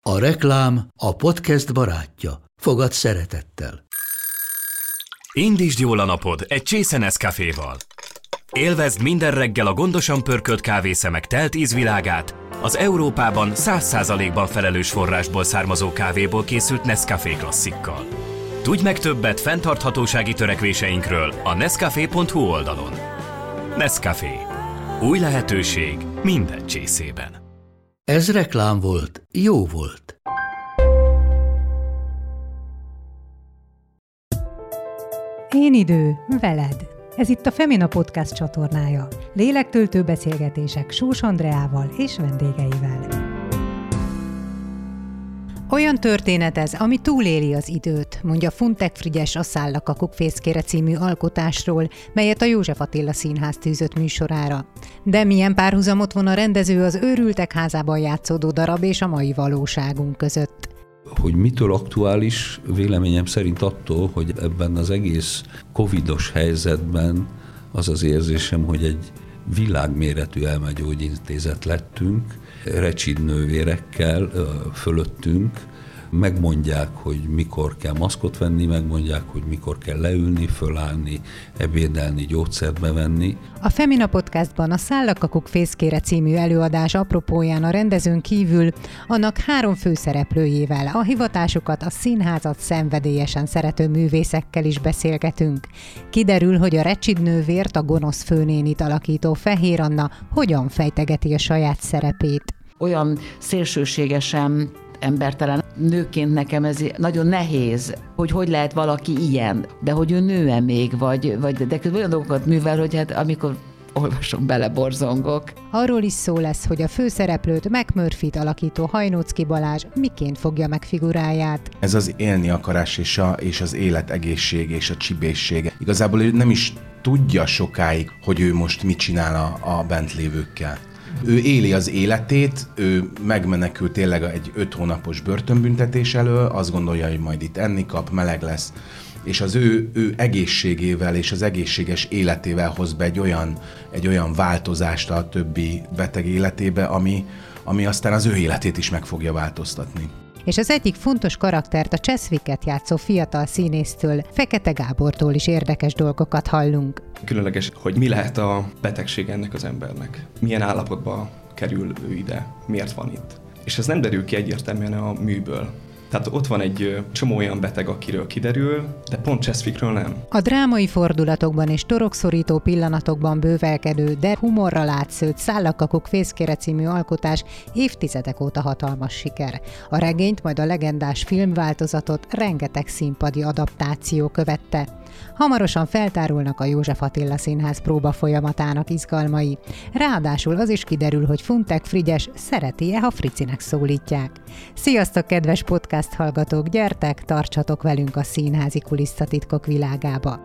A reklám a podcast barátja. Fogad szeretettel. Indítsd jól a napod egy csésze Nescaféval. Élvezd minden reggel a gondosan pörkölt kávészemek telt ízvilágát, az Európában 100%-ban felelős forrásból származó kávéból készült Nescafé klasszikkal. Tudj meg többet fenntarthatósági törekvéseinkről a nescafé.hu oldalon. Nescafé. Új lehetőség minden csészében. Ez reklám volt, jó volt. Én idő, veled. Ez itt a Femina Podcast csatornája. Lélektöltő beszélgetések Sós Andreával és vendégeivel. Olyan történet ez, ami túléli az időt, mondja Funtek Frigyes a Szállakakuk fészkére című alkotásról, melyet a József Attila Színház tűzött műsorára. De milyen párhuzamot von a rendező az Őrültek házában játszódó darab és a mai valóságunk között? Hogy mitől aktuális, véleményem szerint attól, hogy ebben az egész covidos helyzetben az az érzésem, hogy egy világméretű elmegyógyintézet lettünk, recsid nővérekkel fölöttünk, megmondják, hogy mikor kell maszkot venni, megmondják, hogy mikor kell leülni, fölállni, ebédelni, gyógyszert bevenni. A Femina Podcastban a Szállakakuk fészkére című előadás apropóján a rendezőn kívül annak 3 főszereplőjével, a hivatásukat, a színházat szenvedélyesen szerető művészekkel is beszélgetünk. Kiderül, hogy a recsid nővért, a gonosz főnénit alakító Fehér Anna hogyan fejtegeti a saját szerepét. Olyan szélsőségesen embertelen nőként nekem ez nagyon nehéz, hogy lehet valaki ilyen, de hogy ő nő-e még, de közben olyan dolgokat művel, hogy hát amikor olvasom, beleborzongok. Arról is szó lesz, hogy a főszereplőt, McMurphy-t alakító Hajnóczky Balázs miként fogja meg figuráját. Ez az élni akarás és az életegészség és a csibészség. Igazából ő nem is tudja sokáig, hogy ő most mit csinál a bent lévőkkel. Ő éli az életét, ő megmenekült tényleg egy 5 hónapos börtönbüntetés elől, azt gondolja, hogy majd itt enni kap, meleg lesz, és az ő egészségével és az egészséges életével hoz be egy olyan változást a többi beteg életébe, ami aztán az ő életét is meg fogja változtatni. És az egyik fontos karaktert, a Cseszviket játszó fiatal színésztől, Fekete Gábortól is érdekes dolgokat hallunk. Különleges, hogy mi lehet a betegség ennek az embernek. Milyen állapotba kerül ő ide, miért van itt. És ez nem derül ki egyértelműen a műből. Tehát ott van egy csomó olyan beteg, akiről kiderül, de pont Cseszvikről nem. A drámai fordulatokban és torokszorító pillanatokban bővelkedő, de humorral átszőtt Szállakakuk fészkére című alkotás évtizedek óta hatalmas siker. A regényt, majd a legendás filmváltozatot rengeteg színpadi adaptáció követte. Hamarosan feltárulnak a József Attila Színház próba folyamatának izgalmai. Ráadásul az is kiderül, hogy Funtek Frigyes szereti-e, ha Fricinek szólítják. Sziasztok, kedves podcast hallgatók, gyertek, tartsatok velünk a színházi kulisszatitkok világába!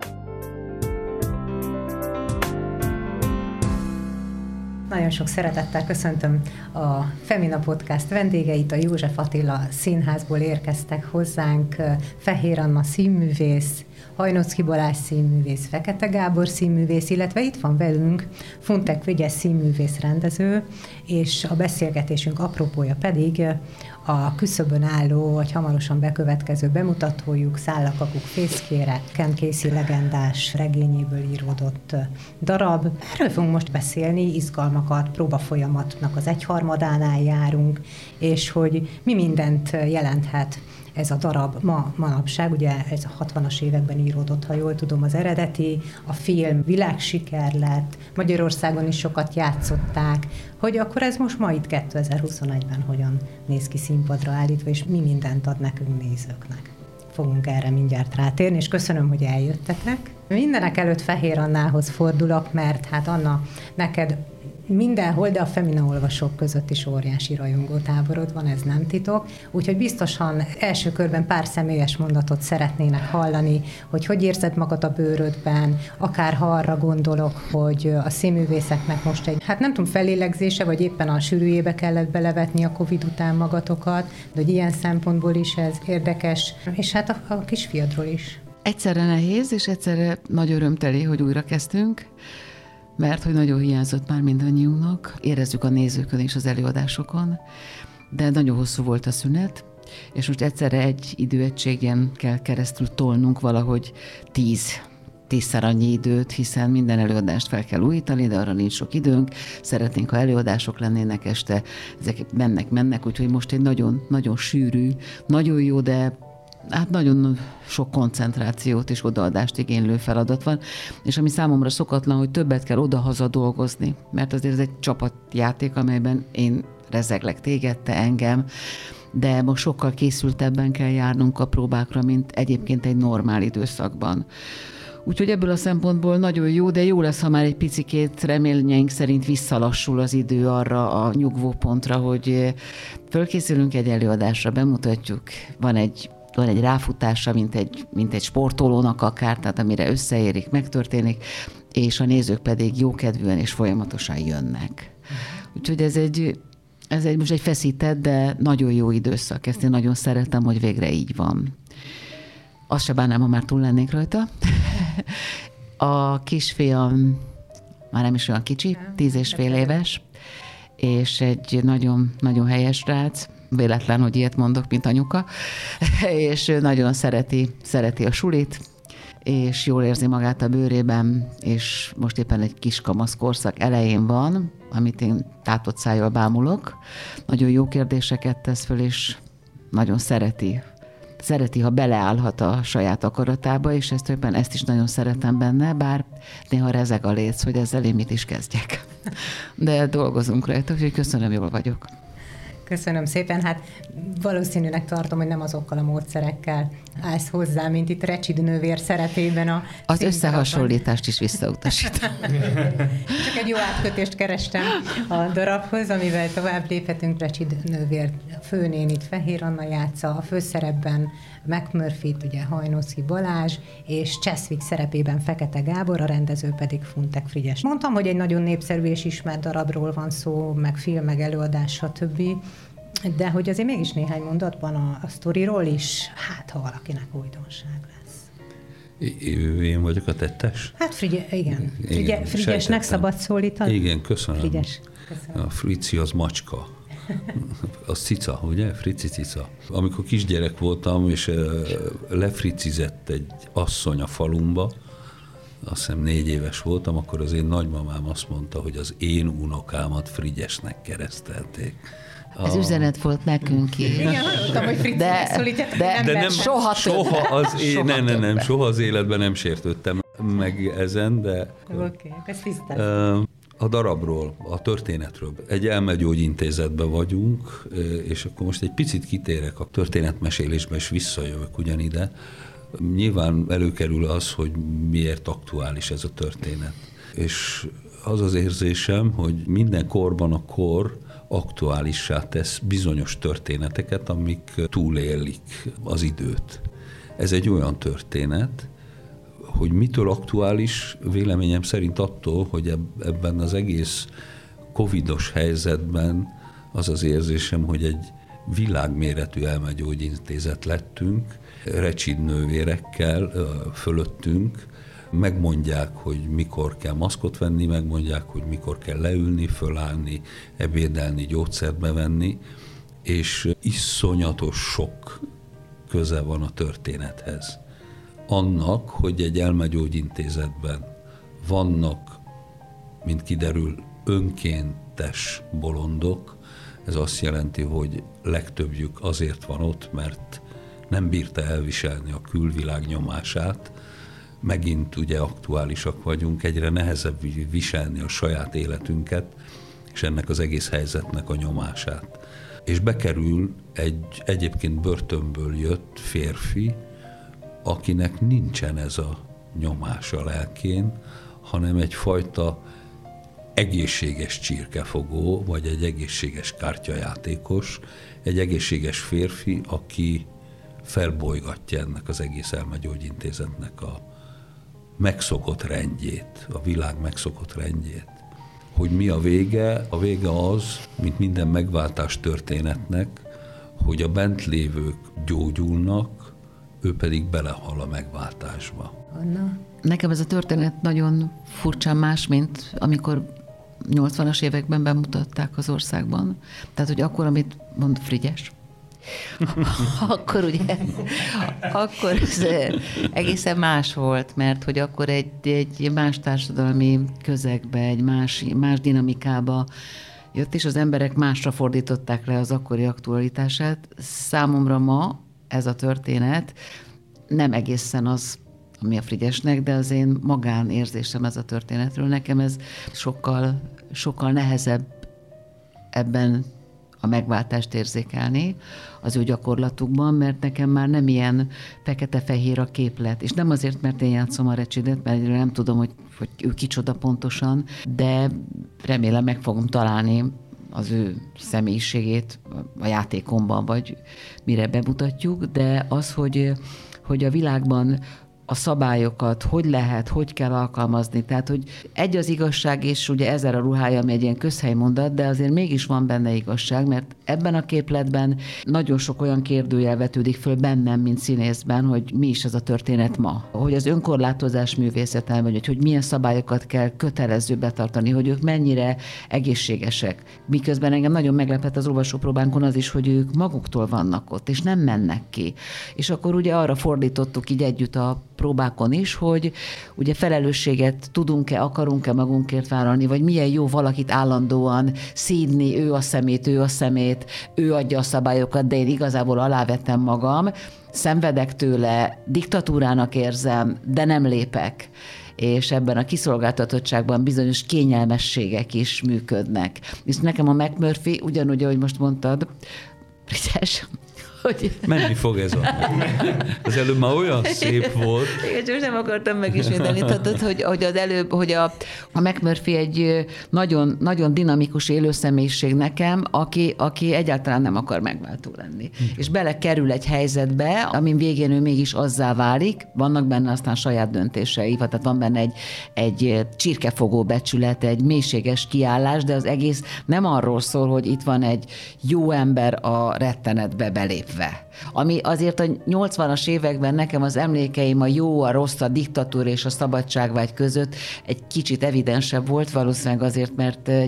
Nagyon sok szeretettel köszöntöm a Femina Podcast vendégeit, a József Attila Színházból érkeztek hozzánk Fehér Anna színművész, Hajnóczky Balázs színművész, Fekete Gábor színművész, illetve itt van velünk Funtek Frigyes színművész rendező, és a beszélgetésünk apropója pedig a küszöbön álló, vagy hamarosan bekövetkező bemutatójuk Szállakakuk fészkére, Ken Kesey legendás regényéből íródott darab. Erről fogunk most beszélni, izgalmakat, próbafolyamatnak az 1/3-ánál járunk, és hogy mi mindent jelenthet ez a darab manapság, ugye ez a 60-as években íródott, ha jól tudom, az eredeti, a film világsiker lett, Magyarországon is sokat játszották, hogy akkor ez most ma itt 2021-ben hogyan néz ki színpadra állítva, és mi mindent ad nekünk nézőknek. Fogunk erre mindjárt rátérni, és köszönöm, hogy eljöttetek. Mindenek előtt Fehér Annához fordulok, mert hát Anna, neked mindenhol, de a Femina olvasók között is óriási rajongótáborod van, ez nem titok. Úgyhogy biztosan első körben pár személyes mondatot szeretnének hallani, hogy érzed magad a bőrödben, akár ha arra gondolok, hogy a színművészeknek most egy, hát nem tudom, fellélegzése, vagy éppen a sűrűjébe kellett belevetni a Covid után magatokat, de hogy ilyen szempontból is ez érdekes, és hát a kisfiadról is. Egyszerre nehéz, és egyszerre nagy örömteli, hogy újra kezdtünk, mert hogy nagyon hiányzott már mindannyiunknak, érezzük a nézőkön és az előadásokon, de nagyon hosszú volt a szünet, és most egyszerre egy időegységen kell keresztül tolnunk valahogy 10-szer annyi időt, hiszen minden előadást fel kell újítani, de arra nincs sok időnk. Szeretnénk, ha előadások lennének este, ezek mennek, úgyhogy most egy nagyon, nagyon sűrű, nagyon jó, de hát nagyon sok koncentrációt és odaadást igénylő feladat van, és ami számomra szokatlan, hogy többet kell odahaza dolgozni, mert azért ez egy csapatjáték, amelyben én rezeglek téged, te engem, de most sokkal készültebben kell járnunk a próbákra, mint egyébként egy normál időszakban. Úgyhogy ebből a szempontból nagyon jó, de jó lesz, ha már egy picikét reményeink szerint visszalassul az idő arra a nyugvópontra, hogy fölkészülünk egy előadásra, bemutatjuk, van egy ráfutása, mint egy sportolónak akár, tehát amire összeérik, megtörténik, és a nézők pedig jókedvűen és folyamatosan jönnek. Úgyhogy ez most egy feszített, de nagyon jó időszak. Ezt én nagyon szeretem, hogy végre így van. Azt se bánnám, ha már túl lennék rajta. A kisfiam már nem is olyan kicsi, 10,5 éves, és egy nagyon, nagyon helyes srác, véletlen, hogy ilyet mondok, mint anyuka, és ő nagyon szereti a sulit, és jól érzi magát a bőrében, és most éppen egy kis kamasz korszak elején van, amit én tátott szájjal bámulok. Nagyon jó kérdéseket tesz föl, és nagyon szereti, ha beleállhat a saját akaratába, és ezt is nagyon szeretem benne, bár néha rezeg a léc, hogy ezzel én mit is kezdjek. De dolgozunk rajta, úgyhogy köszönöm, jól vagyok. Köszönöm szépen. Hát valószínűleg tartom, hogy nem azokkal a módszerekkel állsz hozzá, mint itt Recsid nővér szerepében a az összehasonlítást is visszautasítom. Csak egy jó átkötést kerestem a darabhoz, amivel tovább léphetünk. Recsid nővér főnénit Fehér Anna játsza, a főszerepben McMurphy-t, ugye Hajnóczky Balázs, és Cseszvik szerepében Fekete Gábor, a rendező pedig Funtek Frigyes. Mondtam, hogy egy nagyon népszerű és ismert darabról van szó, meg film, meg előadás, stb. De hogy azért mégis néhány mondatban a sztoriról is, hát ha valakinek újdonság lesz. Én vagyok a tettes? Hát igen. Frigyesnek szabad szólítani? Igen, köszönöm. Frigyes. Köszönöm. A Frici az macska. Az cica, ugye? Frici cica. Amikor kisgyerek voltam, és lefricizett egy asszony a falumba, azt hiszem 4 éves voltam, akkor az én nagymamám azt mondta, hogy az én unokámat Frigyesnek keresztelték. Ez üzenet volt nekünk is. Igen, hallottam, hogy Frigyesnek szólítjátok, de nem soha az életben nem sértődtem meg ezen, de... Oké, ezt tisztáztam. A darabról, a történetről. Egy elmegyógyintézetben vagyunk, és akkor most egy picit kitérek a történetmesélésbe, és visszajövök ugyanide. Nyilván előkerül az, hogy miért aktuális ez a történet. És az az érzésem, hogy minden korban a kor aktuálissá tesz bizonyos történeteket, amik túlélik az időt. Ez egy olyan történet, hogy mitől aktuális, véleményem szerint attól, hogy ebben az egész covidos helyzetben az az érzésem, hogy egy világméretű elmegyógyintézet lettünk, Recsid nővérekkel fölöttünk, megmondják, hogy mikor kell maszkot venni, megmondják, hogy mikor kell leülni, fölállni, ebédelni, gyógyszert bevenni, és iszonyatos sok köze van a történethez. Annak, hogy egy elmegyógyintézetben vannak, mint kiderül, önkéntes bolondok, ez azt jelenti, hogy legtöbbjük azért van ott, mert nem bírta elviselni a külvilág nyomását. Megint ugye aktuálisak vagyunk, egyre nehezebb viselni a saját életünket, és ennek az egész helyzetnek a nyomását. És bekerül egy egyébként börtönből jött férfi, akinek nincsen ez a nyomás a lelkén, hanem egyfajta egészséges csirkefogó, vagy egy egészséges kártyajátékos, egy egészséges férfi, aki felbolygatja ennek az egész elmegyógyintézetnek a megszokott rendjét, a világ megszokott rendjét. Hogy mi a vége? A vége az, mint minden megváltás történetnek, hogy a bent lévők gyógyulnak, ő pedig belehal a megváltásba. Anna? Nekem ez a történet nagyon furcsán más, mint amikor 80-as években bemutatták az országban. Tehát, hogy akkor, amit mond Frigyes, akkor ugye, akkor ez egészen más volt, mert hogy akkor egy más társadalmi közegbe, egy más dinamikába jött, és az emberek másra fordították le az akkori aktualitását. Számomra ma ez a történet nem egészen az, ami a Frigyesnek, de az én magánérzésem ez a történetről. Nekem ez sokkal nehezebb ebben a megváltást érzékelni az ő gyakorlatukban, mert nekem már nem ilyen fekete-fehér a képlet. És nem azért, mert én játszom a Recsidet, mert nem tudom, hogy ő kicsoda pontosan, de remélem meg fogom találni az ő személyiségét a játékomban, vagy mire bemutatjuk, de az, hogy a világban a szabályokat hogy kell alkalmazni. Tehát, hogy egy az igazság, és ugye 1000 a ruhája, ami egy ilyen közhelymondat, de azért mégis van benne igazság, mert ebben a képletben nagyon sok olyan kérdőjel vetődik föl bennem, mint színészben, hogy mi is ez a történet ma. Hogy az önkorlátozás művészete, vagy hogy milyen szabályokat kell kötelező betartani, hogy ők mennyire egészségesek. Miközben engem nagyon meglepett az olvasópróbánkon az is, hogy ők maguktól vannak ott, és nem mennek ki. És akkor ugye arra fordítottuk így együtt a próbákon is, hogy ugye felelősséget akarunk-e magunkért vállalni, vagy milyen jó valakit állandóan szídni, ő a szemét, ő adja a szabályokat, de én igazából alávettem magam, szenvedek tőle, diktatúrának érzem, de nem lépek. És ebben a kiszolgáltatottságban bizonyos kényelmességek is működnek. És nekem a McMurphy, ugyanúgy, ahogy most mondtad, Frigyes, hogy... Menni fog ez az előbb már olyan szép volt. Igen, csak nem akartam megismételni. Tehát, hogy az előbb, hogy a McMurphy egy nagyon, nagyon dinamikus élőszemélyiség nekem, aki egyáltalán nem akar megváltó lenni. És belekerül egy helyzetbe, amin végén ő mégis azzá válik, vannak benne aztán saját döntései, tehát van benne egy csirkefogó becsület, egy mélységes kiállás, de az egész nem arról szól, hogy itt van egy jó ember a rettenetbe belépve. Ami azért a 80-as években nekem az emlékeim a jó, a rossz, a diktatúra és a szabadságvágy között egy kicsit evidensebb volt, valószínűleg azért, mert egy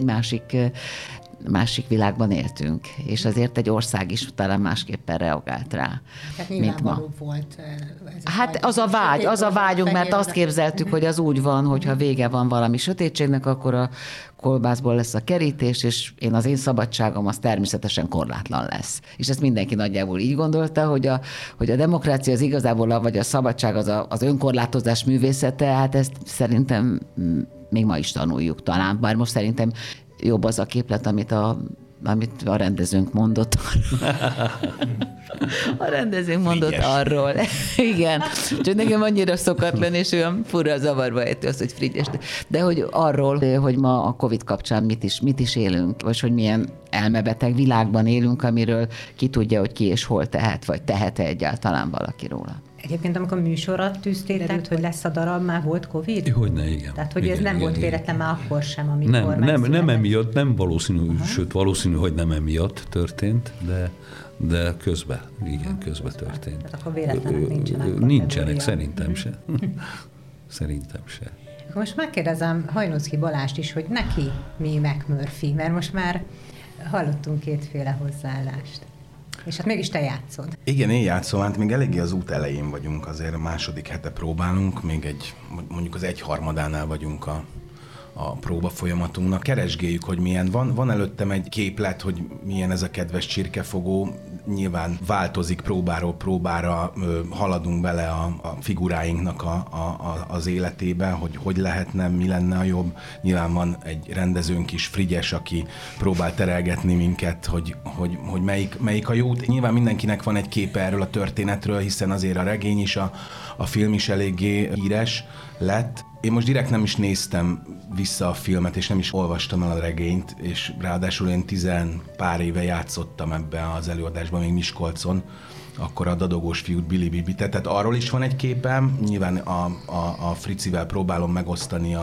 másik világban éltünk, és azért egy ország is talán másképpen reagált rá, tehát mint ma. Volt Hát az a vágyunk, mert azt képzeltük, hogy az úgy van, hogyha vége van valami sötétségnek, akkor a kolbászból lesz a kerítés, és az én szabadságom az természetesen korlátlan lesz. És ezt mindenki nagyjából így gondolta, hogy a demokrácia az igazából, vagy a szabadság az önkorlátozás művészete, hát ezt szerintem még ma is tanuljuk talán, bár most szerintem jobb az a képlet, amit a rendezőnk mondott. A rendezőnk mondott arról. Igen. Csak nekem annyira szokatlan, és olyan fura zavarba ejtő az, hogy Frigyes. De hogy arról, hogy ma a Covid kapcsán mit is élünk, vagy hogy milyen elmebeteg világban élünk, amiről ki tudja, hogy ki és hol tehet, vagy tehet-e egyáltalán valaki róla. Egyébként, amikor műsorra tűztétek, hogy lesz a darab, már volt Covid? Hogyne, igen. Tehát, hogy igen, ez nem volt véletlen már akkor sem, amikor nem emiatt, nem valószínű, sőt valószínű, hogy nem emiatt történt, de közben történt. Tehát akkor véletlenek nincsenek. Nincsenek, szerintem se. Szerintem se. Akkor most megkérdezem Hajnóczky Balást is, hogy neki mi McMurphy, mert most már hallottunk kétféle hozzáállást. És hát mégis te játszod. Igen, én játszom, hát még eléggé az út elején vagyunk, azért a második hete próbálunk, még mondjuk az 1/3-ánál vagyunk a próba folyamatunknak. Keresgéljük, hogy milyen van előttem egy képlet, hogy milyen ez a kedves csirkefogó. Nyilván változik próbáról próbára, haladunk bele a figuráinknak az életébe, hogy lehetne, mi lenne a jobb. Nyilván van egy rendezőnk is, Frigyes, aki próbál terelgetni minket, hogy melyik a jó. Nyilván mindenkinek van egy képe erről a történetről, hiszen azért a regény is, a film is eléggé híres lett. Én most direkt nem is néztem vissza a filmet, és nem is olvastam el a regényt, és ráadásul én 10 pár éve játszottam ebbe az előadásban, még Miskolcon, akkor a dadogós fiút Billy Bibi. Tehát arról is van egy képem, nyilván a Fricivel próbálom megosztani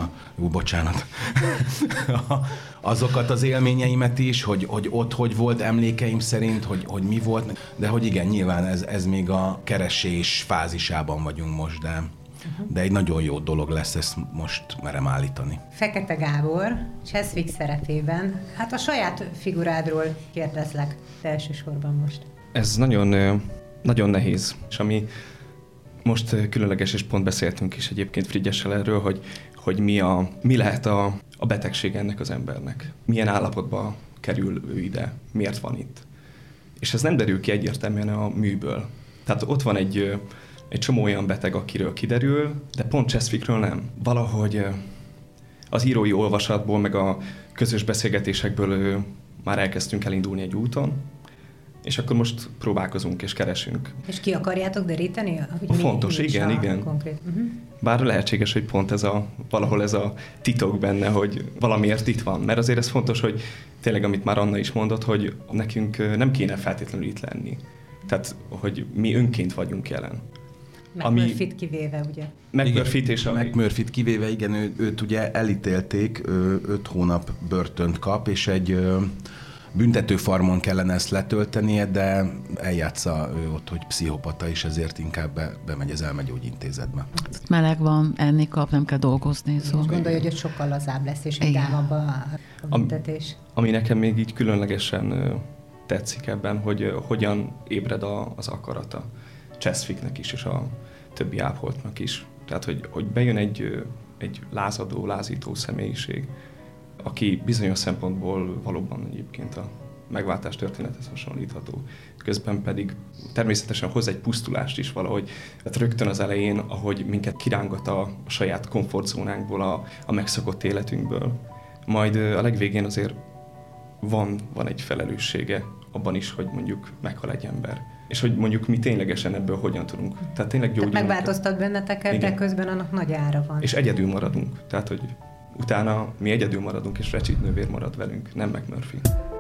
azokat az élményeimet is, hogy ott hogy volt emlékeim szerint, hogy mi volt, de hogy igen, nyilván ez még a keresés fázisában vagyunk most, de de egy nagyon jó dolog lesz, ezt most merem állítani. Fekete Gábor, Cseszvik szerepében, hát a saját figurádról kérdezlek elsősorban most. Ez nagyon nehéz, és ami most különleges, és pont beszéltünk is egyébként Frigyessel erről, hogy mi lehet a betegség ennek az embernek. Milyen állapotba kerül ő ide, miért van itt. És ez nem derül ki egyértelműen a műből. Tehát ott van egy csomó olyan beteg, akiről kiderül, de pont Cseszvikről nem. Valahogy az írói olvasatból, meg a közös beszélgetésekből már elkezdtünk elindulni egy úton, és akkor most próbálkozunk és keresünk. És ki akarjátok deríteni? Fontos, igen. Konkrét. Bár lehetséges, hogy pont valahol ez a titok benne, hogy valamiért itt van. Mert azért ez fontos, hogy tényleg, amit már Anna is mondott, hogy nekünk nem kéne feltétlenül itt lenni. Tehát, hogy mi önként vagyunk jelen. McMurphy-t kivéve, ugye? McMurphy-t kivéve, igen, őt ugye elítélték, 5 hónap börtönt kap, és egy büntetőfarmon kellene ezt letöltenie, de eljátsza ő ott, hogy pszichopata, és ezért inkább bemegy az elmegyógyintézetbe. Meleg van, enni kap, nem kell dolgozni. Szóval. Gondolja, hogy ott sokkal lazább lesz, és vidámabb a büntetés. Ami nekem még így különlegesen tetszik ebben, hogy hogyan ébred az akarata Cseszfiknek is, és a többi ápoltnak is. Tehát, hogy bejön egy lázadó, lázító személyiség, aki bizonyos szempontból valóban egyébként a megváltás történethez hasonlítható. Közben pedig természetesen hoz egy pusztulást is valahogy. Tehát rögtön az elején, ahogy minket kirángat a saját komfortzónánkból, a megszokott életünkből. Majd a legvégén azért van egy felelőssége abban is, hogy mondjuk meghal egy ember. És hogy mondjuk mi ténylegesen ebből hogyan tudunk. Tehát tényleg gyógyulunk. Megváltoztat benneteket, de közben annak nagy ára van. És egyedül maradunk. Tehát, hogy utána mi egyedül maradunk, és Recsit nővér marad velünk, nem McMurphy.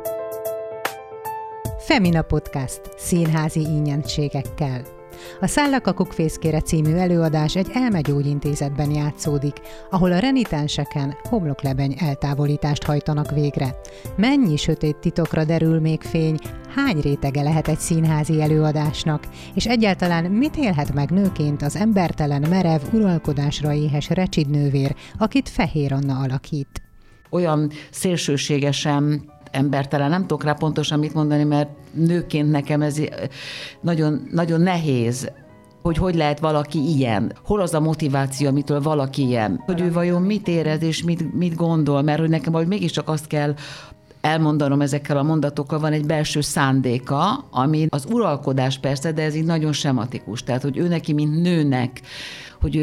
Femina Podcast színházi ínyentségekkel. A Szállakakuk fészkére című előadás egy elmegyógyintézetben játszódik, ahol a renitenseken homloklebeny eltávolítást hajtanak végre. Mennyi sötét titokra derül még fény, hány rétege lehet egy színházi előadásnak, és egyáltalán mit élhet meg nőként az embertelen, merev, uralkodásra éhes Recsid nővér, akit Fehér Anna alakít. Olyan szélsőségesen embertelen, nem tudok rá pontosan mit mondani, mert nőként nekem ez nagyon, nagyon nehéz, hogy lehet valaki ilyen. Hol az a motiváció, amitől valaki ilyen? Hogy ő vajon mit érez és mit gondol, mert hogy nekem valahogy mégiscsak azt kell elmondanom ezekkel a mondatokkal, van egy belső szándéka, ami az uralkodás persze, de ez így nagyon sematikus. Tehát, hogy ő neki, mint nőnek, hogy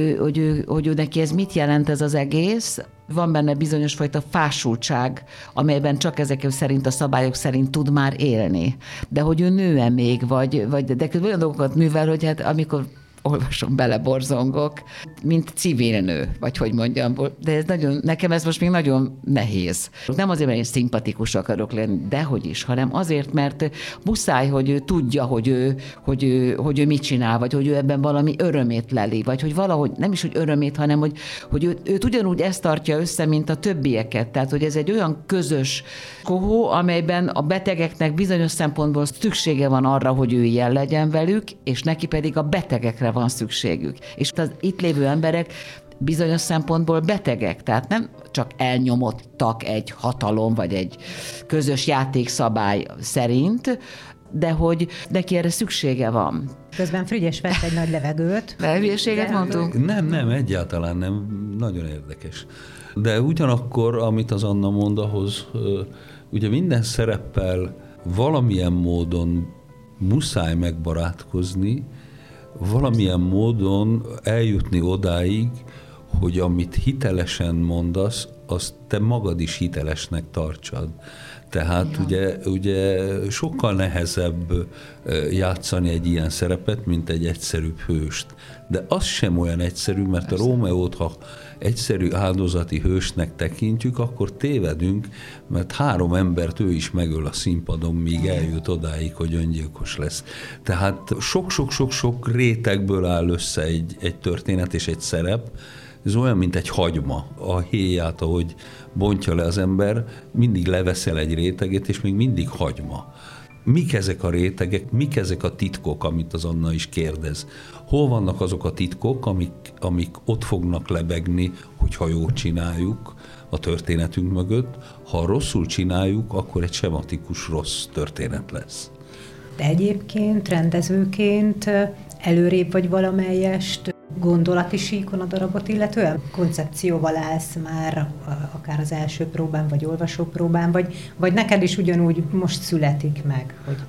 ő neki ez mit jelent ez az egész, van benne bizonyos fajta fásultság, amelyben csak ezek szerint a szabályok szerint tud már élni. De hogy ő nő-e még, de közben olyan dolgokat művel, hogy hát amikor olvasom, beleborzongok, mint civil nő, vagy hogy mondjam, de ez nekem ez most még nagyon nehéz. Nem azért, mert én szimpatikus akarok lenni, dehogy is, hanem azért, mert muszáj, hogy ő tudja, hogy ő mit csinál, vagy hogy ő ebben valami örömét leli, vagy hogy valahogy, nem is, hogy örömét, hanem hogy őt ugyanúgy ezt tartja össze, mint a többieket. Tehát, hogy ez egy olyan közös kohó, amelyben a betegeknek bizonyos szempontból szüksége van arra, hogy ő ilyen legyen velük, és neki pedig a betegekre van szükségük. És az itt lévő emberek bizonyos szempontból betegek, tehát nem csak elnyomottak egy hatalom, vagy egy közös játékszabály szerint, de hogy neki erre szüksége van. Közben Frigyes vett egy nagy levegőt. Hülyeséget mondtunk? Nem, egyáltalán nem. Nagyon érdekes. De ugyanakkor, amit az Anna mond, ahhoz ugye minden szereppel valamilyen módon muszáj megbarátkozni, valamilyen módon eljutni odáig, hogy amit hitelesen mondasz, azt te magad is hitelesnek tartsad. Tehát ugye sokkal nehezebb játszani egy ilyen szerepet, mint egy egyszerűbb hőst. De az sem olyan egyszerű, mert a Rómeót, ha egyszerű áldozati hősnek tekintjük, akkor tévedünk, mert 3 embert ő is megöl a színpadon, míg eljut odáig, hogy öngyilkos lesz. Tehát sok-sok-sok rétegből áll össze egy történet és egy szerep. Ez olyan, mint egy hagyma. A héját, ahogy bontja le az ember, mindig leveszel egy rétegét, és még mindig hagyma. mik ezek a rétegek, mik ezek a titkok, amit az Anna is kérdez. Hol vannak azok a titkok, amik ott fognak lebegni, hogyha jól csináljuk a történetünk mögött. Ha rosszul csináljuk, akkor egy sematikus rossz történet lesz. De egyébként rendezőként előrébb vagy valamelyest gondolati síkon a darabot illetően? Koncepcióval állsz már akár az első próbán, vagy olvasópróbán, vagy neked is ugyanúgy most születik meg, hogy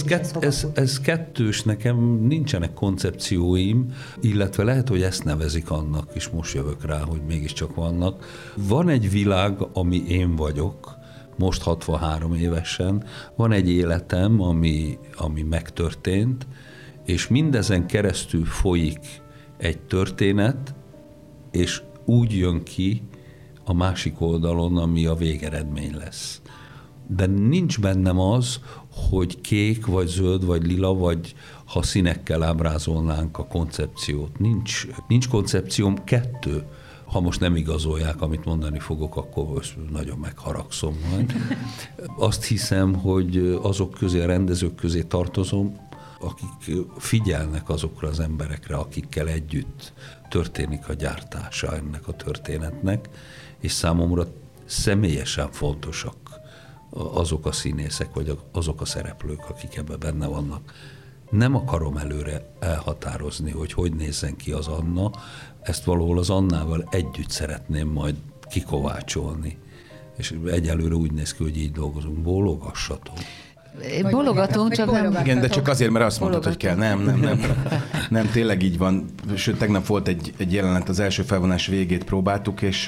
ez kettős, nekem nincsenek koncepcióim, illetve lehet, hogy ezt nevezik annak, és most jövök rá, hogy mégiscsak vannak. Van egy világ, ami én vagyok, most 63 évesen, van egy életem, ami megtörtént, és mindezen keresztül folyik egy történet, és úgy jön ki a másik oldalon, ami a végeredmény lesz. De nincs bennem az, hogy kék, vagy zöld, vagy lila, vagy ha színekkel ábrázolnánk a koncepciót. Nincs koncepcióm, kettő. Ha most nem igazolják, amit mondani fogok, akkor nagyon megharagszom majd. Azt hiszem, hogy azok közé, a rendezők közé tartozom, akik figyelnek azokra az emberekre, akikkel együtt történik a gyártása ennek a történetnek, és számomra személyesen fontosak azok a színészek, vagy azok a szereplők, akik ebben benne vannak. Nem akarom előre elhatározni, hogy nézzen ki az Anna, ezt valahol az Annával együtt szeretném majd kikovácsolni. És egyelőre úgy néz ki, hogy így dolgozunk. Bólogassatok. Bólogatunk, csak nem... Igen, de csak azért, mert azt mondtad, hogy kell. Nem, tényleg így van. Sőt, tegnap volt egy jelenet, az első felvonás végét próbáltuk, és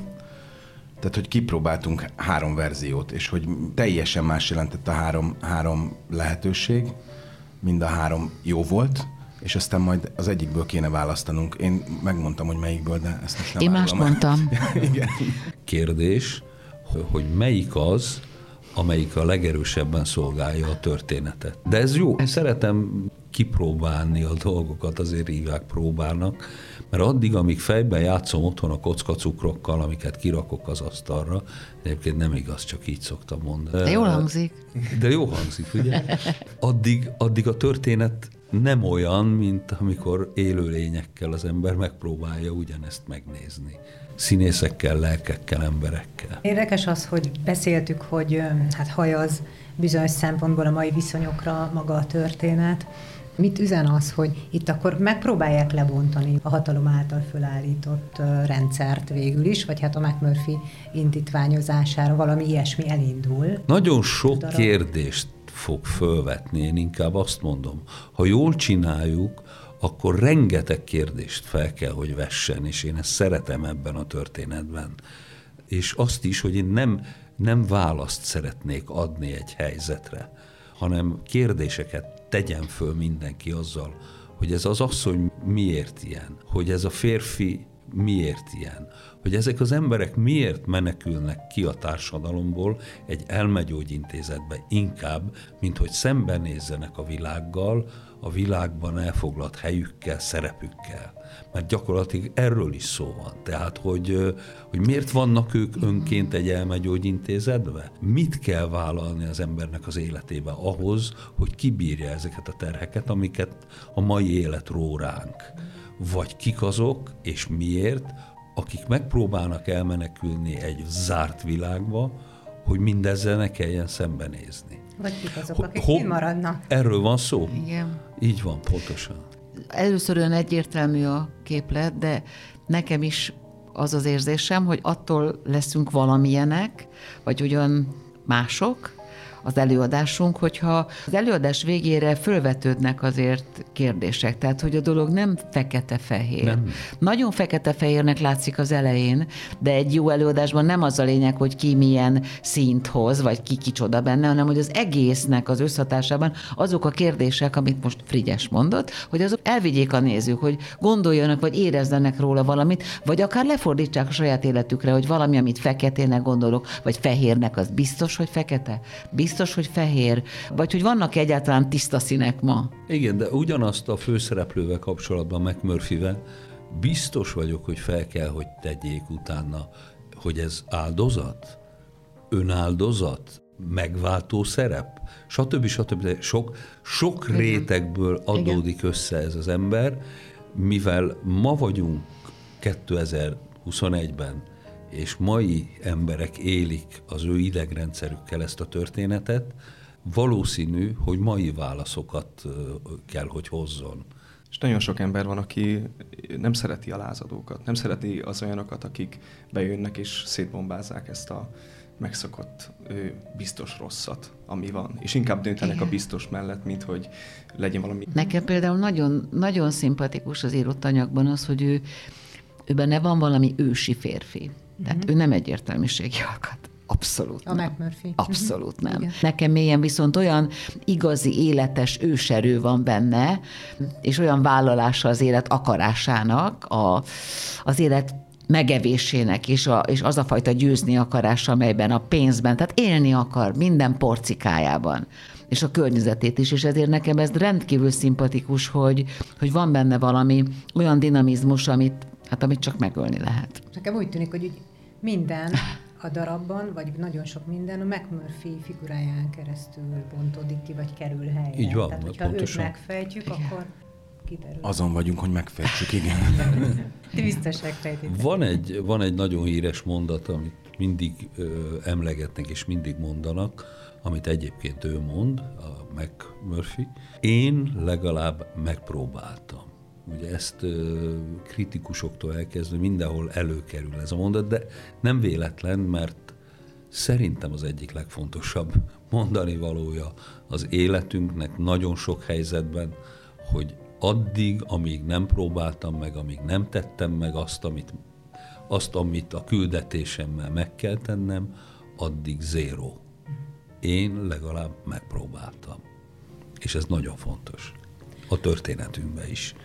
tehát, hogy kipróbáltunk 3 verziót, és hogy teljesen más jelentett a három lehetőség, mind a 3 jó volt, és aztán majd az egyikből kéne választanunk. Én megmondtam, hogy melyikből, de ezt most nem Én mást mondtam. Igen. Kérdés, hogy melyik az, amelyik a legerősebben szolgálja a történetet. De ez jó, szeretem kipróbálni a dolgokat, azért hívják próbálnak, mert addig, amíg fejben játszom otthon a kockacukrokkal, amiket kirakok az asztalra, egyébként nem igaz, csak így szoktam mondani. De jól hangzik. De jó hangzik, ugye? Addig a történet nem olyan, mint amikor élőlényekkel az ember megpróbálja ugyanezt megnézni. Színészekkel, lelkekkel, emberekkel. Érdekes az, hogy beszéltük, hogy hajaz bizonyos szempontból a mai viszonyokra maga a történet. Mit üzen az, hogy itt akkor megpróbálják lebontani a hatalom által fölállított rendszert végül is, vagy hát a McMurphy indítványozására valami ilyesmi elindul? Nagyon sok kérdést fog fölvetni, én inkább azt mondom. Ha jól csináljuk, akkor rengeteg kérdést fel kell, hogy vessen, és én ezt szeretem ebben a történetben. És azt is, hogy én nem választ szeretnék adni egy helyzetre, hanem kérdéseket tegyen föl mindenki azzal, hogy ez az asszony miért ilyen, hogy ez a férfi miért ilyen, hogy ezek az emberek miért menekülnek ki a társadalomból egy elmegyógyintézetbe inkább, mint hogy szembenézzenek a világgal, a világban elfoglalt helyükkel, szerepükkel. Mert gyakorlatilag erről is szó van. Tehát, hogy miért vannak ők önként egy elmegyógyintézetbe? Mit kell vállalni az embernek az életébe ahhoz, hogy kibírja ezeket a terheket, amiket a mai élet ró ránk? Vagy kik azok, és miért, akik megpróbálnak elmenekülni egy zárt világba, hogy mindezzel ne kelljen szembenézni. Vagy kik azok, akik kimaradnak. Erről van szó? Igen. Így van, pontosan. Először olyan egyértelmű a képlet, de nekem is az az érzésem, hogy attól leszünk valamilyenek, vagy ugyan mások, az előadásunk, hogyha az előadás végére fölvetődnek azért kérdések, tehát hogy a dolog nem fekete-fehér. Nem. Nagyon fekete-fehérnek látszik az elején, de egy jó előadásban nem az a lényeg, hogy ki milyen színt hoz, vagy ki kicsoda benne, hanem hogy az egésznek az összhatásában azok a kérdések, amit most Frigyes mondott, hogy azok elvigyék a nézők, hogy gondoljanak, vagy érezzenek róla valamit, vagy akár lefordítsák a saját életükre, hogy valami, amit feketének gondolok, vagy fehérnek, az biztos, hogy fekete? Biztos, hogy fehér? Vagy hogy vannak egyáltalán tiszta színek ma? Igen, de ugyanazt a főszereplővel kapcsolatban, McMurphyvel, biztos vagyok, hogy fel kell, hogy tegyék utána, hogy ez áldozat? Önáldozat? megváltó szerep, stb. Sok rétegből adódik össze ez az ember, mivel ma vagyunk 2021-ben, és mai emberek élik az ő idegrendszerükkel ezt a történetet, valószínű, hogy mai válaszokat kell, hogy hozzon. És nagyon sok ember van, aki nem szereti a lázadókat, nem szereti az olyanokat, akik bejönnek és szétbombázzák ezt a megszokott biztos rosszat, ami van. És inkább döntenek a biztos mellett, mint hogy legyen valami... Nekem például nagyon, nagyon szimpatikus az írott anyagban az, hogy ő benne van valami ősi férfi. Tehát ő nem egyértelműségi alkat. Abszolút a nem. McMurphy. Abszolút nem. Igen. Nekem mélyen viszont olyan igazi, életes őserő van benne, és olyan vállalása az élet akarásának, az élet megevésének, és az a fajta győzni akarása, amelyben a pénzben, tehát élni akar minden porcikájában, és a környezetét is, és ezért nekem ez rendkívül szimpatikus, hogy van benne valami olyan dinamizmus, amit csak megölni lehet. Nekem úgy tűnik, hogy minden a darabban, vagy nagyon sok minden a McMurphy figuráján keresztül bontódik ki, vagy kerül helyre. Így van, tehát, hogyha pontosan. őt megfejtjük, akkor kiderül. Azon vagyunk, hogy megfejtsük, igen. Ti biztos megfejtitek. Van egy nagyon híres mondat, amit mindig emlegetnek és mindig mondanak, amit egyébként ő mond, a McMurphy. Én legalább megpróbáltam. Ugye ezt kritikusoktól elkezdve mindenhol előkerül ez a mondat, de nem véletlen, mert szerintem az egyik legfontosabb mondani valója az életünknek nagyon sok helyzetben, hogy addig, amíg nem próbáltam meg, amíg nem tettem meg azt, amit a küldetésemmel meg kell tennem, addig zéró. Én legalább megpróbáltam. És ez nagyon fontos. A történetünkben is.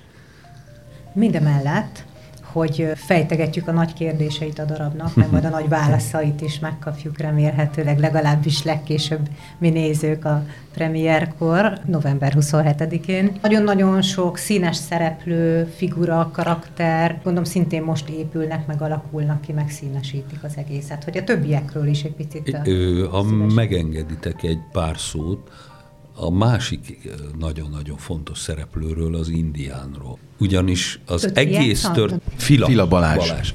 Mindemellett, hogy fejtegetjük a nagy kérdéseit a darabnak, meg majd a nagy válaszait is megkapjuk remélhetőleg, legalábbis legkésőbb mi nézők a premierkor, november 27-én. Nagyon-nagyon sok színes szereplő, figura, karakter, gondolom szintén most épülnek, meg alakulnak ki, meg színesítik az egészet. Hogy a többiekről is egy picit... Ha megengeditek egy pár szót, a másik nagyon-nagyon fontos szereplőről, az indiánról. Ugyanis az egész Fila Balázs.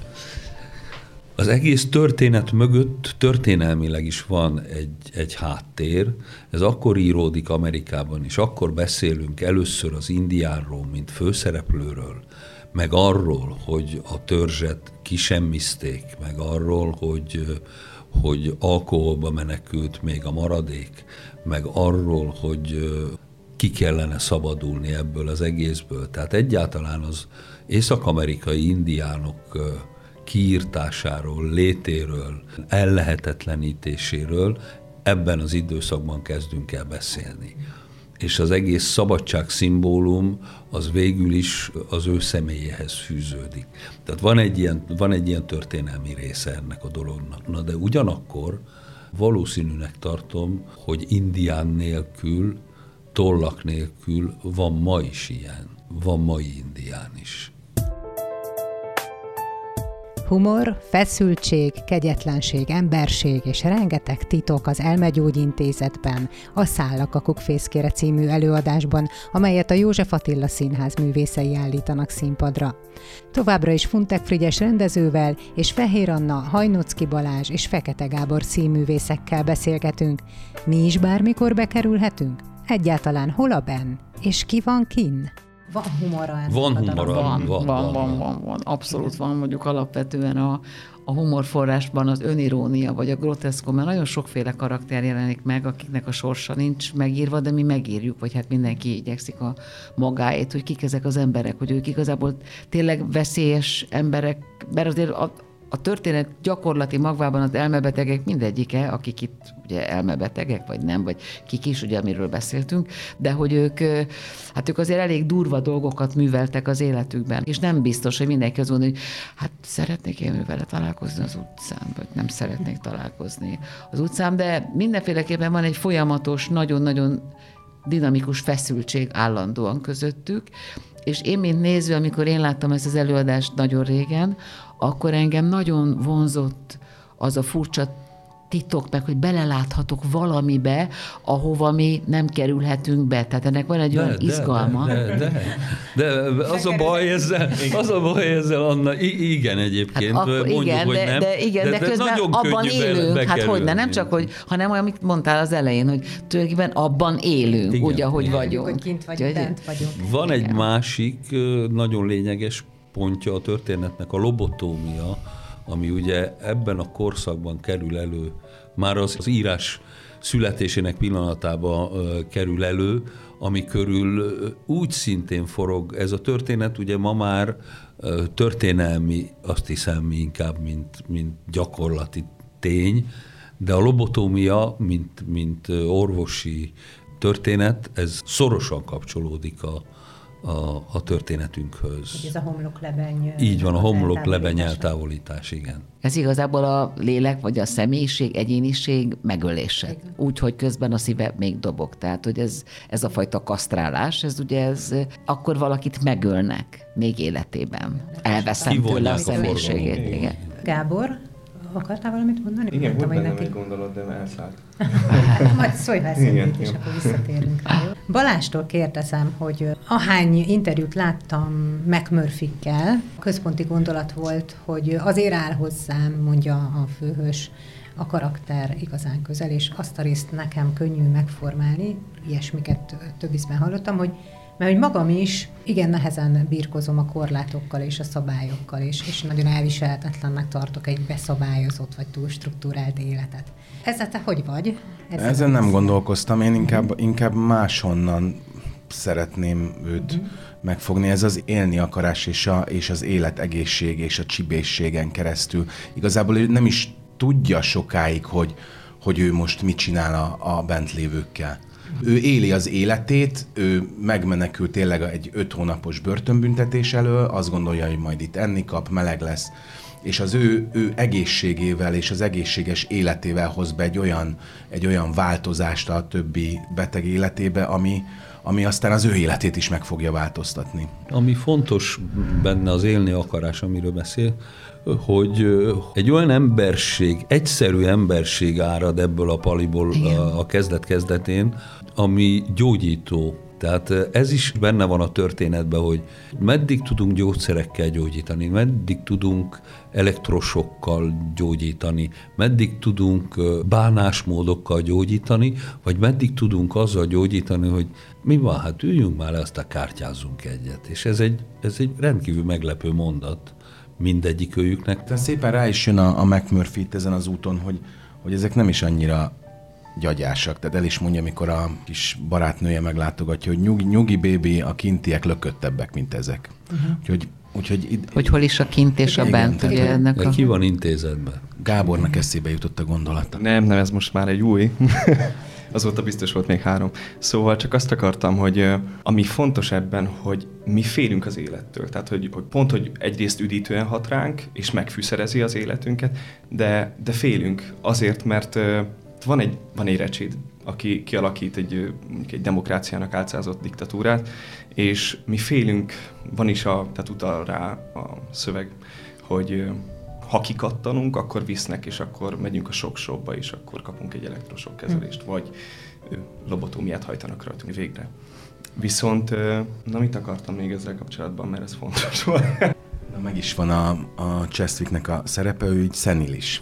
Az egész történet mögött történelmileg is van egy háttér. Ez akkor íródik Amerikában, és akkor beszélünk először az indiánról, mint főszereplőről, meg arról, hogy a törzset kisemmizték, meg arról, hogy alkoholba menekült még a maradék, meg arról, hogy ki kellene szabadulni ebből az egészből. Tehát egyáltalán az észak-amerikai indiánok kiírtásáról, létéről, ellehetetlenítéséről ebben az időszakban kezdünk el beszélni. És az egész szabadság szimbólum az végül is az ő személyéhez fűződik. Tehát van egy ilyen történelmi része ennek a dolognak. Na de ugyanakkor valószínűnek tartom, hogy indián nélkül, tollak nélkül van ma is ilyen. Van mai indián is. Humor, feszültség, kegyetlenség, emberség és rengeteg titok az Elmegyógyintézetben, a Szállakakuk fészkére című előadásban, amelyet a József Attila Színház művészei állítanak színpadra. Továbbra is Funtek Frigyes rendezővel és Fehér Anna, Hajnocki Balázs és Fekete Gábor színművészekkel beszélgetünk. Mi is bármikor bekerülhetünk? Egyáltalán hol a benn? És ki van kinn? Van humora ennek Van a humora. Van. Abszolút van, mondjuk alapvetően a humorforrásban az önirónia, vagy a groteszko, mert nagyon sokféle karakter jelenik meg, akiknek a sorsa nincs megírva, de mi megírjuk, vagy hát mindenki igyekszik a magáét, hogy kik ezek az emberek, hogy ők igazából tényleg veszélyes emberek, mert azért a történet gyakorlati magvában az elmebetegek mindegyike, akik itt ugye elmebetegek, vagy nem, vagy kik is, ugye, amiről beszéltünk, de hogy ők azért elég durva dolgokat műveltek az életükben, és nem biztos, hogy mindenki az mondja, hogy hát szeretnék én vele találkozni az utcán, vagy nem szeretnék találkozni az utcán, de mindenféleképpen van egy folyamatos, nagyon-nagyon dinamikus feszültség állandóan közöttük, és én, mint néző, amikor én láttam ezt az előadást nagyon régen, akkor engem nagyon vonzott az a furcsa titok, meg hogy beleláthatok valamibe, ahova mi nem kerülhetünk be. Tehát ennek van egy olyan izgalma. De az a baj ezzel, Anna, igen egyébként. Hát akkor mondjuk, igen, hogy nem, de közben abban élünk, hát hogyne, nem csak, hanem olyan, amit mondtál az elején, hogy tulajdonképpen abban élünk, igen, úgy, ahogy vagyunk. Hogy kint vagyunk, bent vagyunk. Van egy másik nagyon lényeges pontja a történetnek, a lobotómia, ami ugye ebben a korszakban kerül elő, már az írás születésének pillanatában kerül elő, ami körül úgy szintén forog ez a történet, ugye ma már történelmi, azt hiszem inkább, mint gyakorlati tény, de a lobotómia, mint orvosi történet, ez szorosan kapcsolódik a történetünkhöz. Ez a homloklebeny. Így van, a homloklebeny eltávolítás, igen. Ez igazából a lélek, vagy a személyiség, egyéniség megölése. Úgy, hogy közben a szíve még dobog. Tehát, hogy ez a fajta kasztrálás, ez akkor valakit megölnek még életében. Elveszem tőle a személyiségét. Igen. Gábor, akartál valamit mondani? Igen, volt bennem egy gondolat, de elszállt. Majd szólj veszélyt, és akkor visszatérünk rá. Balástól kérdezem, hogy ahány interjút láttam McMurphy-kkel, központi gondolat volt, hogy azért áll hozzám, mondja a főhős, a karakter igazán közel, és azt a részt nekem könnyű megformálni, ilyesmiket több ízben hallottam, mert hogy magam is igen nehezen birkozom a korlátokkal és a szabályokkal, és nagyon elviselhetetlennek tartok egy beszabályozott vagy túl struktúrált életet. Ezzel te hogy vagy? Ezen nem gondolkoztam, én inkább máshonnan szeretném őt megfogni. Ez az élni akarás és az életegészség és a csibészségen keresztül. Igazából ő nem is tudja sokáig, hogy ő most mit csinál a bent lévőkkel. Ő éli az életét, ő megmenekül tényleg egy 5 hónapos börtönbüntetés elől, azt gondolja, hogy majd itt enni kap, meleg lesz, és az ő egészségével és az egészséges életével hoz be egy olyan változást a többi beteg életébe, ami aztán az ő életét is meg fogja változtatni. Ami fontos benne az élni akarás, amiről beszél, hogy egy olyan emberség, egyszerű emberség árad ebből a paliból a kezdet-kezdetén, ami gyógyító. Tehát ez is benne van a történetben, hogy meddig tudunk gyógyszerekkel gyógyítani, meddig tudunk elektrosokkal gyógyítani, meddig tudunk bánásmódokkal gyógyítani, vagy meddig tudunk azzal gyógyítani, hogy mi van, hát üljünk már le, aztán kártyázzunk egyet. És ez egy rendkívül meglepő mondat mindegyik őjüknek. Tehát szépen rá is jön a McMurphy ezen az úton, hogy ezek nem is annyira gyagyásak. Tehát el is mondja, amikor a kis barátnője meglátogatja, hogy nyugi bébi, a kintiek lököttebbek, mint ezek. Úgyhogy hol is a kint és a bent. Ugye, ki van intézetben? Gábornak eszébe jutott a gondolata. Nem, ez most már egy új. Azóta biztos volt még 3. Szóval csak azt akartam, hogy ami fontos ebben, hogy mi félünk az élettől. Tehát, hogy pont, hogy egyrészt üdítően hat ránk, és megfűszerezi az életünket, de félünk azért, mert van egy recsid, aki kialakít egy demokráciának álcázott diktatúrát, és mi félünk, van is tehát utal rá a szöveg, hogy ha kikattanunk, akkor visznek, és akkor megyünk a shockshopba, és akkor kapunk egy elektrosok kezelést, vagy lobotómiát hajtanak rajtunk végre. Viszont, mit akartam még ezzel kapcsolatban, mert ez fontos volt. Meg is van a Cheswicknek a szerepe, ő így szenilis.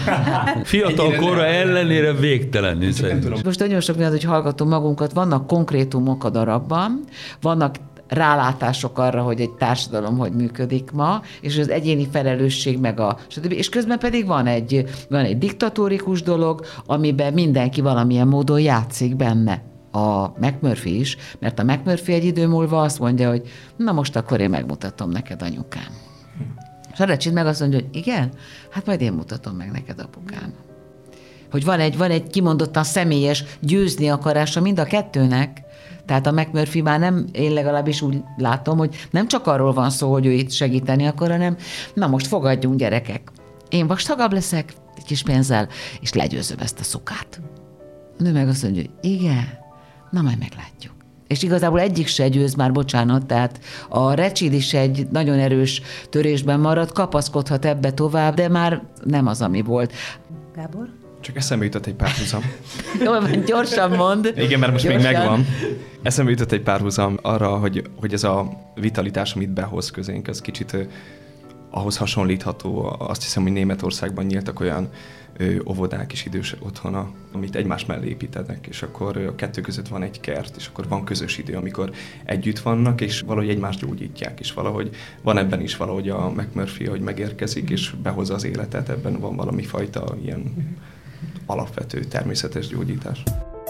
Fiatal kora ellenére végtelenül szenilis. Most nagyon sok mindent, hogy hallgatunk magunkat, vannak konkrétumok a darabban, vannak rálátások arra, hogy egy társadalom hogy működik ma, és az egyéni felelősség meg stb. És közben pedig van egy diktatórikus dolog, amiben mindenki valamilyen módon játszik benne. A McMurphy is, mert a McMurphy egy idő múlva azt mondja, hogy na most akkor én megmutatom neked, anyukám. És a recsid meg azt mondja, hogy igen, hát majd én mutatom meg neked, apukám. Hogy van egy kimondottan személyes győzni akarása mind a kettőnek, tehát a McMurphy már nem, én legalábbis úgy látom, hogy nem csak arról van szó, hogy ő itt segíteni akar, hanem na most fogadjunk, gyerekek. Én vastagabb leszek egy kis pénzzel, és legyőzöm ezt a szukát. A nő meg azt mondja, hogy igen, na majd meglátjuk. És igazából egyik se győz már, bocsánat, tehát a recsid is egy nagyon erős törésben marad, kapaszkodhat ebbe tovább, de már nem az, ami volt. Gábor? Csak eszembe jutott egy párhuzam. Jól van, gyorsan mondd. Igen, mert most gyorsan. még megvan. Eszembe jutott egy párhuzam arra, hogy ez a vitalitás, amit behoz közénk, az kicsit ahhoz hasonlítható. Azt hiszem, hogy Németországban nyíltak olyan óvodák és idős otthona, amit egymás mellé építenek, és akkor a kettő között van egy kert, és akkor van közös idő, amikor együtt vannak, és valahogy egymást gyógyítják, és valahogy van ebben is valahogy a McMurphy, hogy megérkezik, és behozza az életet, ebben van valami fajta ilyen alapvető természetes gyógyítás.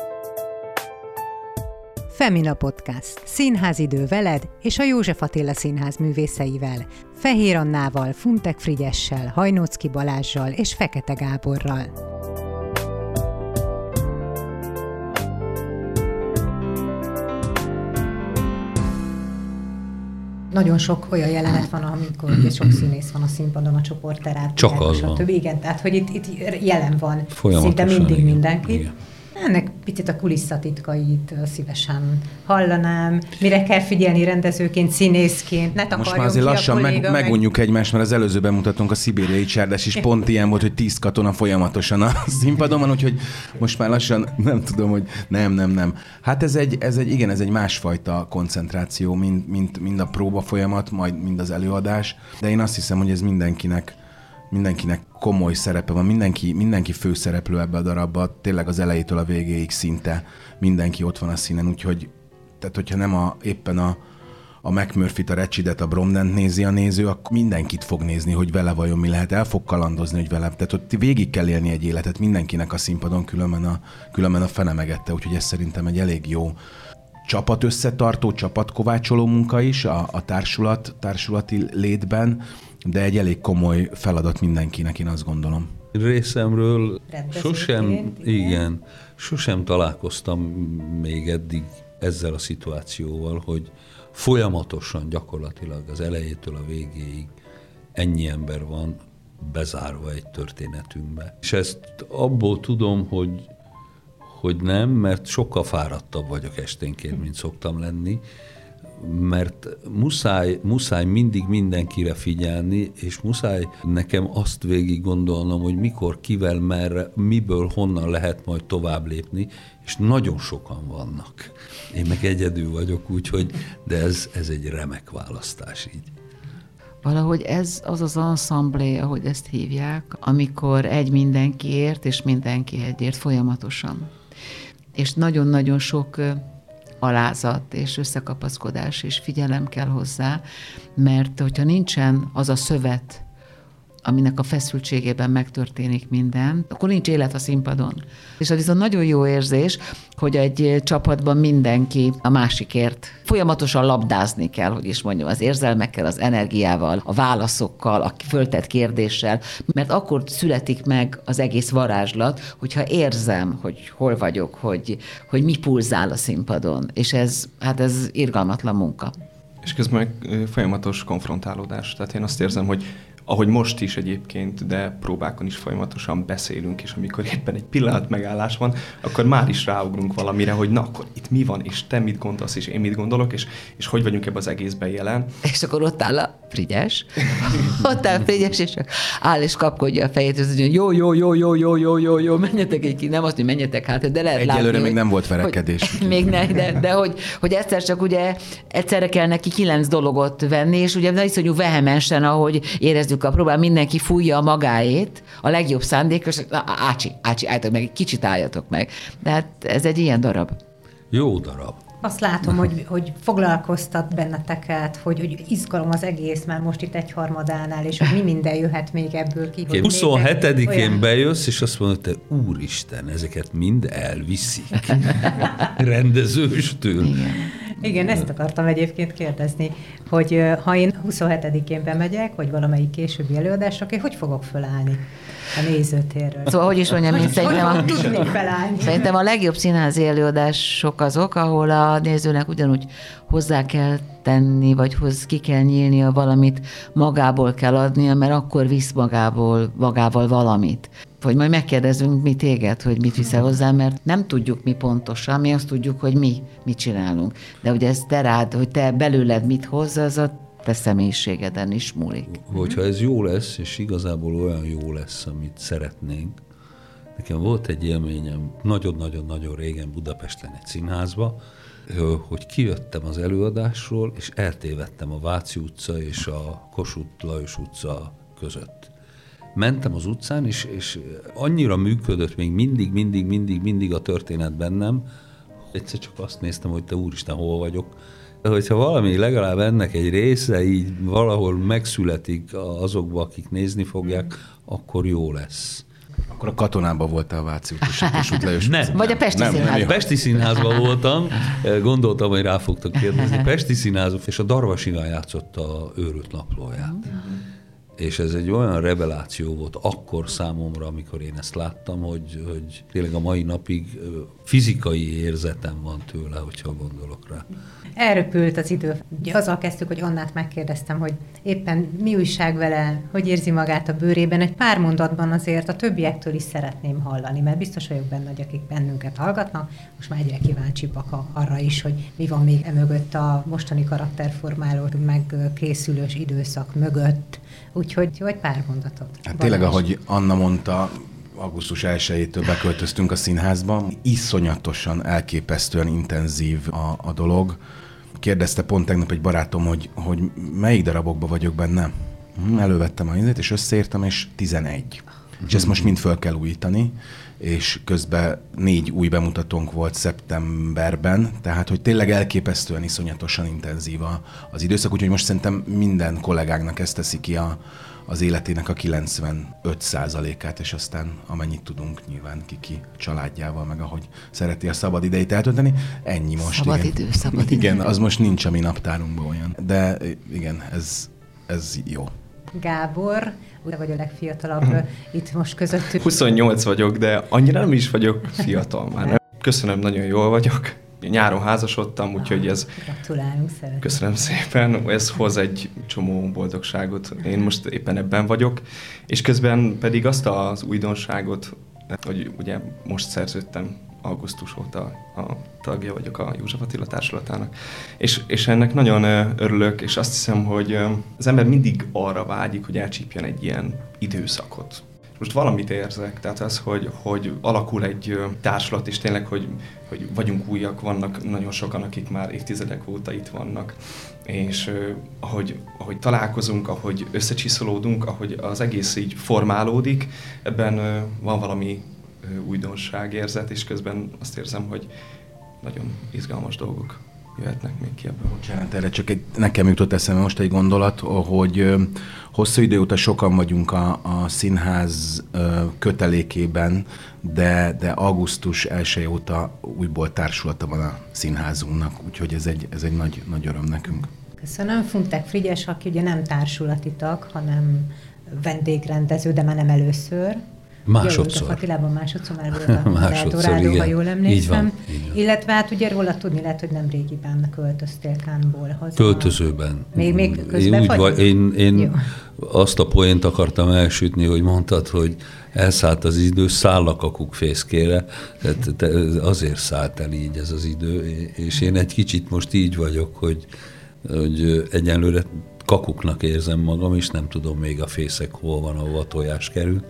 Femina Podcast. Színházidő veled és a József Attila Színház művészeivel. Fehér Annával, Funtek Frigyessel, Hajnóczky Balázssal és Fekete Gáborral. Nagyon sok olyan jelenet van, amikor sok színész van a színpadon, a csoportterápiában. Csak az van. Igen, tehát hogy itt jelen van szinte mindig igen. mindenki. Igen. Ennek picit a kulisszatitkait szívesen hallanám. Mire kell figyelni rendezőként, színészként, ne takarjon most már azért ki lassan a kolléga, megunjuk egymást, mert az előző bemutatónk a szibériai csárdás is pont ilyen volt, hogy 10 katona folyamatosan a színpadon van, úgyhogy most már lassan nem tudom, hogy nem. Hát ez egy másfajta koncentráció, mind a próba folyamat, majd mind az előadás, de én azt hiszem, hogy ez mindenkinek komoly szerepe van, mindenki főszereplő ebbe a darabba, tényleg az elejétől a végéig szinte mindenki ott van a színen, úgyhogy tehát hogyha nem éppen a McMurphy-t, a Recsidet, a Bromdent nézi a néző, akkor mindenkit fog nézni, hogy vele vajon mi lehet, el fog kalandozni, hogy vele, tehát ott végig kell élni egy életet mindenkinek a színpadon, különben a fene megette, úgyhogy ez szerintem egy elég jó csapatösszetartó, csapatkovácsoló munka is a társulati létben, de egy elég komoly feladat mindenkinek, én azt gondolom. Részemről sosem találkoztam még eddig ezzel a szituációval, hogy folyamatosan gyakorlatilag az elejétől a végéig ennyi ember van bezárva egy történetünkbe. És ezt abból tudom, hogy nem, mert sokkal fáradtabb vagyok esténként, mint szoktam lenni, mert muszáj mindig mindenkire figyelni, és muszáj nekem azt végig gondolnom, hogy mikor, kivel, merre, miből, honnan lehet majd tovább lépni, és nagyon sokan vannak. Én meg egyedül vagyok, úgyhogy, de ez egy remek választás így. Valahogy ez az ensemble, ahogy ezt hívják, amikor egy mindenkiért, és mindenki egyért folyamatosan. És nagyon-nagyon sok alázat és összekapaszkodás és figyelem kell hozzá, mert hogyha nincsen az a szövet, aminek a feszültségében megtörténik minden, akkor nincs élet a színpadon. És az viszont nagyon jó érzés, hogy egy csapatban mindenki a másikért folyamatosan labdázni kell, hogy is mondjam, az érzelmekkel, az energiával, a válaszokkal, a föltett kérdéssel, mert akkor születik meg az egész varázslat, hogyha érzem, hogy hol vagyok, hogy mi pulzál a színpadon, és ez irgalmatlan munka. És közben meg folyamatos konfrontálódás. Tehát én azt érzem, hogy ahogy most is egyébként, de próbákon is folyamatosan beszélünk, és amikor éppen egy pillanat megállás van, akkor már is ráugrunk valamire, hogy na, akkor itt mi van, és te mit gondolsz, és én mit gondolok, és hogy vagyunk ebben az egészben jelen. És akkor ott áll a Frigyes, és áll és kapkodja a fejét, és mondja, jó, menjetek ki, nem azt, hogy menjetek hát, de lehet egyelőre látni, még nem volt verekedés. Még ne, de hogy egyszer csak ugye, egyszerre kell neki 9 dologot venni, és ugye iszonyú vehemensen, ahogy érezzük a próbán, mindenki fújja a magáét, a legjobb szándékos, álljatok meg, kicsit álljatok meg. De hát ez egy ilyen darab. Jó darab. Azt látom, hogy foglalkoztat benneteket, hogy izgalom az egész már most itt egyharmadánál, és hogy mi minden jöhet még ebből ki. 27-én bejössz, és azt mondod, te úristen, ezeket mind elviszik. Rendezőstől. Igen, ezt akartam egyébként kérdezni, hogy ha én 27-én bemegyek, vagy valamelyik későbbi előadásra, akkor hogy fogok fölállni a nézőtérről? Szóval, hogy is mondjam, én szerintem a legjobb színházi előadások azok, ahol a nézőnek ugyanúgy hozzá kell tenni, vagy ki kell nyílnia valamit, magából kell adnia, mert akkor visz magával valamit. Vagy majd megkérdezünk mi téged, hogy mit viszel hozzá, mert nem tudjuk mi pontosan, mi azt tudjuk, hogy mi mit csinálunk. De ugye ez te rád, hogy te belőled mit hozz, az a te személyiségeden is múlik. Hogyha ez jó lesz, és igazából olyan jó lesz, amit szeretnénk, Nekem volt egy élményem nagyon-nagyon-nagyon régen Budapesten egy színházba, hogy kijöttem az előadásról, és eltévedtem a Váci utca és a Kossuth Lajos utca között. Mentem az utcán, és annyira működött még mindig a történet bennem, egyszer csak azt néztem, hogy te úristen, hol vagyok. Hogyha valami legalább ennek egy része így valahol megszületik azokba, akik nézni fogják, akkor jó lesz. Akkor a Katonában voltál a Váci útos. Nem. Vagy a Pesti Színházban. Pesti Színházban voltam, gondoltam, hogy rá fogtok kérdezni. Pesti Színházban, és a Darvas Iván játszotta a Őrült naplóját. És ez egy olyan reveláció volt akkor számomra, amikor én ezt láttam, hogy tényleg a mai napig fizikai érzetem van tőle, hogyha gondolok rá. Elröpült az idő. Azzal kezdtük, hogy Annát megkérdeztem, hogy éppen mi újság vele, hogy érzi magát a bőrében. Egy pár mondatban azért a többiektől is szeretném hallani, mert biztos vagyok benne, hogy akik bennünket hallgatnak, most már egyre kíváncsibbak arra is, hogy mi van még emögött a mostani karakterformáló, meg készülős időszak mögött. Úgyhogy vagy pár mondatot. Hát tényleg, ahogy Anna mondta, augusztus 1-től beköltöztünk a színházba. Iszonyatosan, elképesztően intenzív a dolog. Kérdezte pont tegnap egy barátom, hogy melyik darabokban vagyok benne. Elővettem a izét, és összeértem, és 11. És ezt most mind föl kell újítani, és közben 4 új bemutatónk volt szeptemberben, tehát hogy tényleg elképesztően, iszonyatosan intenzív az időszak, úgyhogy most szerintem minden kollégáknak ezt teszi ki az életének a 95%-át, és aztán amennyit tudunk nyilván ki családjával, meg ahogy szereti a szabad idejét eltölteni. Ennyi most. Szabad idő. Igen, az most nincs a mi naptárunkban olyan. De igen, ez jó. Gábor, te vagy a legfiatalabb itt most közöttük. 28 vagyok, de annyira nem is vagyok fiatal már. Köszönöm, nagyon jól vagyok. Nyáron házasodtam, úgyhogy ez... Gratulálunk, szeretném. Köszönöm szépen, ez hoz egy csomó boldogságot. Én most éppen ebben vagyok, és közben pedig azt az újdonságot, hogy ugye most szerződtem, augusztus óta a tagja vagyok a József Attila társulatának. És ennek nagyon örülök, és azt hiszem, hogy az ember mindig arra vágyik, hogy elcsípjen egy ilyen időszakot. Most valamit érzek, tehát az, hogy alakul egy társulat, és tényleg, hogy vagyunk újak, vannak nagyon sokan, akik már évtizedek óta itt vannak, és ahogy találkozunk, ahogy összecsiszolódunk, ahogy az egész így formálódik, ebben van valami újdonságérzet, és közben azt érzem, hogy nagyon izgalmas dolgok jöhetnek még ki ebből. Bocsánat, erre csak nekem jutott eszembe most egy gondolat, hogy hosszú idő óta sokan vagyunk a színház kötelékében, de augusztus 1 óta újból társulata van a színházunknak, úgyhogy ez egy nagy öröm nekünk. Köszönöm. Funtek Frigyes, aki ugye nem társulati tag, hanem vendégrendező, de már nem először. Másodszor. A Attilában másodszor már volt a Eldorádó, ha jól emlékszem. Így van. Illetve hát ugye róla tudni lehet, hogy nem régiben költöztél Cannesból haza. Költözőben. Még közben vagy? Én azt a poént akartam elsütni, hogy mondtad, hogy elszállt az idő, száll a kakuk fészkére, azért szállt el így ez az idő, és én egy kicsit most így vagyok, hogy egyenlőre kakuknak érzem magam, és nem tudom még a fészek hol van, ahova a tojás kerül.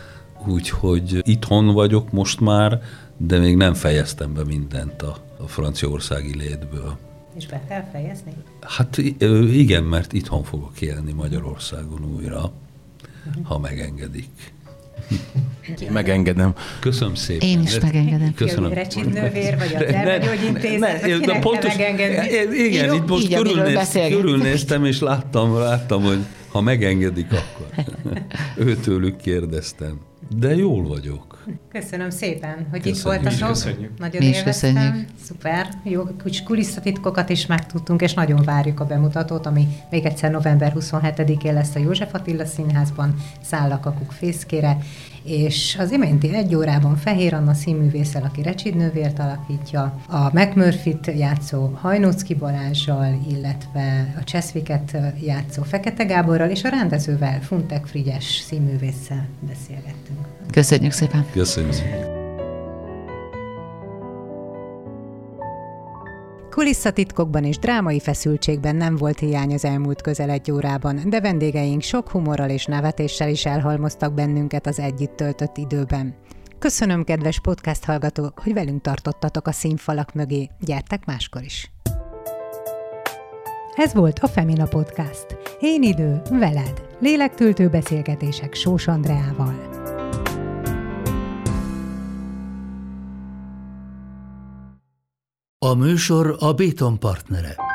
Úgyhogy itthon vagyok most már, de még nem fejeztem be mindent a franciaországi létből. És be kell fejezni? Hát igen, mert itthon fogok élni Magyarországon újra, ha megengedik. Én megengedem. Köszönöm szépen. Én is megengedem. Köszönöm. A Recsid-nővér, vagy a Tervegyógyintézet, vagy kinek kell megengedni? Igen, itt most körülnéztem, és láttam, hogy ha megengedik, akkor őtőlük kérdeztem. De jól vagyok. Köszönöm szépen, hogy Köszönjük. itt voltatok. Köszönjük. Nagyon Mi is élveztem. köszönjük. Szuper. Jó kulisszatitkokat is megtudtunk, és nagyon várjuk a bemutatót, ami még egyszer november 27-én lesz a József Attila Színházban, Száll a kakuk fészkére, és az iménti 1 órában Fehér Anna színművésszel, aki Recsid-nővért alakítja, a McMurphy-t játszó Hajnóczky Balázssal, illetve a Cseszviket játszó Fekete Gáborral, és a rendezővel, Funtek Frigyes színművésszel beszélgettünk. Köszönjük szépen. Köszönjük. Kulisszatitkokban és drámai feszültségben nem volt hiány az elmúlt közel 1 órában, de vendégeink sok humorral és nevetéssel is elhalmoztak bennünket az együtt töltött időben. Köszönöm, kedves podcast hallgatók, hogy velünk tartottatok a színfalak mögé. Gyertek máskor is! Ez volt a Femina Podcast. Én idő, veled. Lélektöltő beszélgetések Sós Andreával. A műsor a Béton partnere.